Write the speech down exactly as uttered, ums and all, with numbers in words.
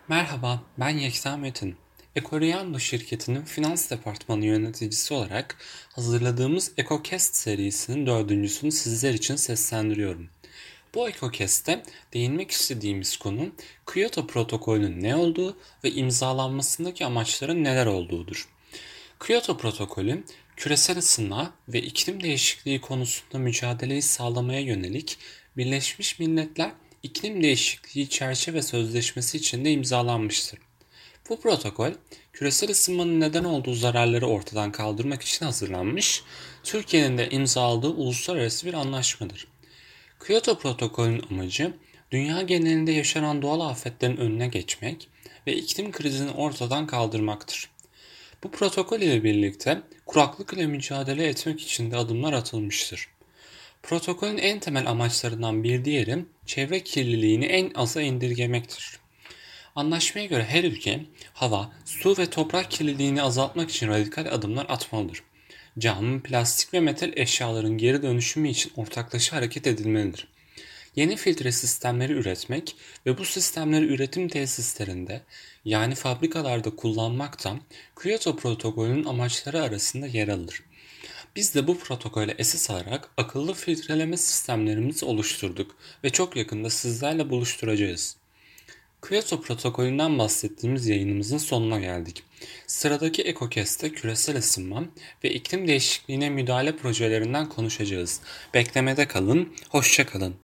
Merhaba, ben Yekta Metin. Ekoriyando şirketinin finans departmanı yöneticisi olarak hazırladığımız EcoCast serisinin dördüncüsünü sizler için seslendiriyorum. Bu EcoCast'te değinmek istediğimiz konu Kyoto Protokolü'nün ne olduğu ve imzalanmasındaki amaçların neler olduğudur. Kyoto Protokolü, küresel ısınma ve iklim değişikliği konusunda mücadeleyi sağlamaya yönelik Birleşmiş Milletler İklim Değişikliği Çerçeve Sözleşmesi içinde imzalanmıştır. Bu protokol, küresel ısınmanın neden olduğu zararları ortadan kaldırmak için hazırlanmış, Türkiye'nin de imzaladığı uluslararası bir anlaşmadır. Kyoto Protokolü'nün amacı, dünya genelinde yaşanan doğal afetlerin önüne geçmek ve iklim krizini ortadan kaldırmaktır. Bu protokol ile birlikte kuraklık ile mücadele etmek için de adımlar atılmıştır. Protokolün en temel amaçlarından bir diğeri çevre kirliliğini en aza indirgemektir. Anlaşmaya göre her ülke hava, su ve toprak kirliliğini azaltmak için radikal adımlar atmalıdır. Cam, plastik ve metal eşyaların geri dönüşümü için ortaklaşa hareket edilmelidir. Yeni filtre sistemleri üretmek ve bu sistemleri üretim tesislerinde yani fabrikalarda kullanmak da Kyoto Protokolü'nün amaçları arasında yer alır. Biz de bu protokole esas alarak akıllı filtreleme sistemlerimizi oluşturduk ve çok yakında sizlerle buluşturacağız. Kyoto protokolünden bahsettiğimiz yayınımızın sonuna geldik. Sıradaki EcoCast'te küresel ısınma ve iklim değişikliğine müdahale projelerinden konuşacağız. Beklemede kalın, hoşça kalın.